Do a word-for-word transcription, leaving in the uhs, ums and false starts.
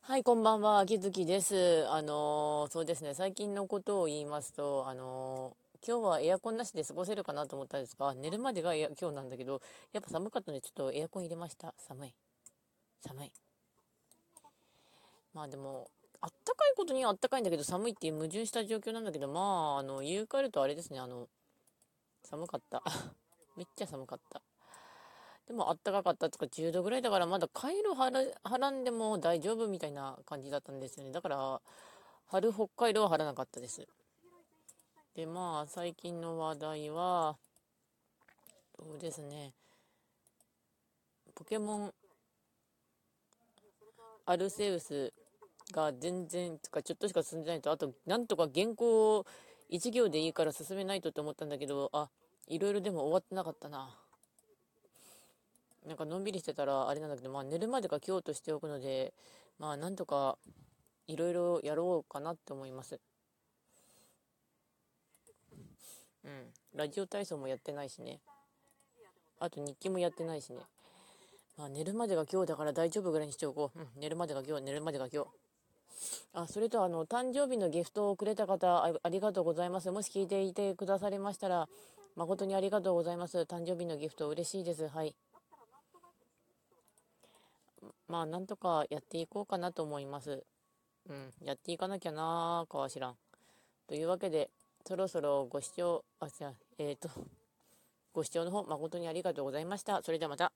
はい、こんばんは、秋月です。あのーそうですね、最近のことを言いますと、あのー今日はエアコンなしで過ごせるかなと思ったんですが、寝るまでがエア今日なんだけど、やっぱ寒かったので、ちょっとエアコン入れました。寒い。寒い。まあでも、あったかいことにはあったかいんだけど、寒いっていう矛盾した状況なんだけど、まあ、あの、言う換えるとあれですね、あの、寒かった。めっちゃ寒かった。でも、あったかかったとか、じゅうどぐらいだから、まだカイロはら、はらんでも大丈夫みたいな感じだったんですよね。だから、春北海道は張らなかったです。で、まあ、最近の話題は、そうですね、ポケモンアルセウスが全然、とかちょっとしか進んでないと、あと、なんとか原稿をいち行でいいから進めないとって思ったんだけど、あ、いろいろでも終わってなかったな。なんかのんびりしてたらあれなんだけど、まあ寝るまでが今日としておくので、まあなんとかいろいろやろうかなって思います。うん。ラジオ体操もやってないしね。あと日記もやってないしね。まあ寝るまでが今日だから大丈夫ぐらいにしておこう。うん。寝るまでが今日、寝るまでが今日。あ、それとあの、誕生日のギフトをくれた方、あ、ありがとうございます。もし聞いていてくださりましたら、誠にありがとうございます。誕生日のギフト嬉しいです。はい。まあ、なんとかやっていこうかなと思います。うん。やっていかなきゃなーかは知らん。というわけで、そろそろご視聴、あ、じゃあ、えっと、ご視聴の方、誠にありがとうございました。それではまた。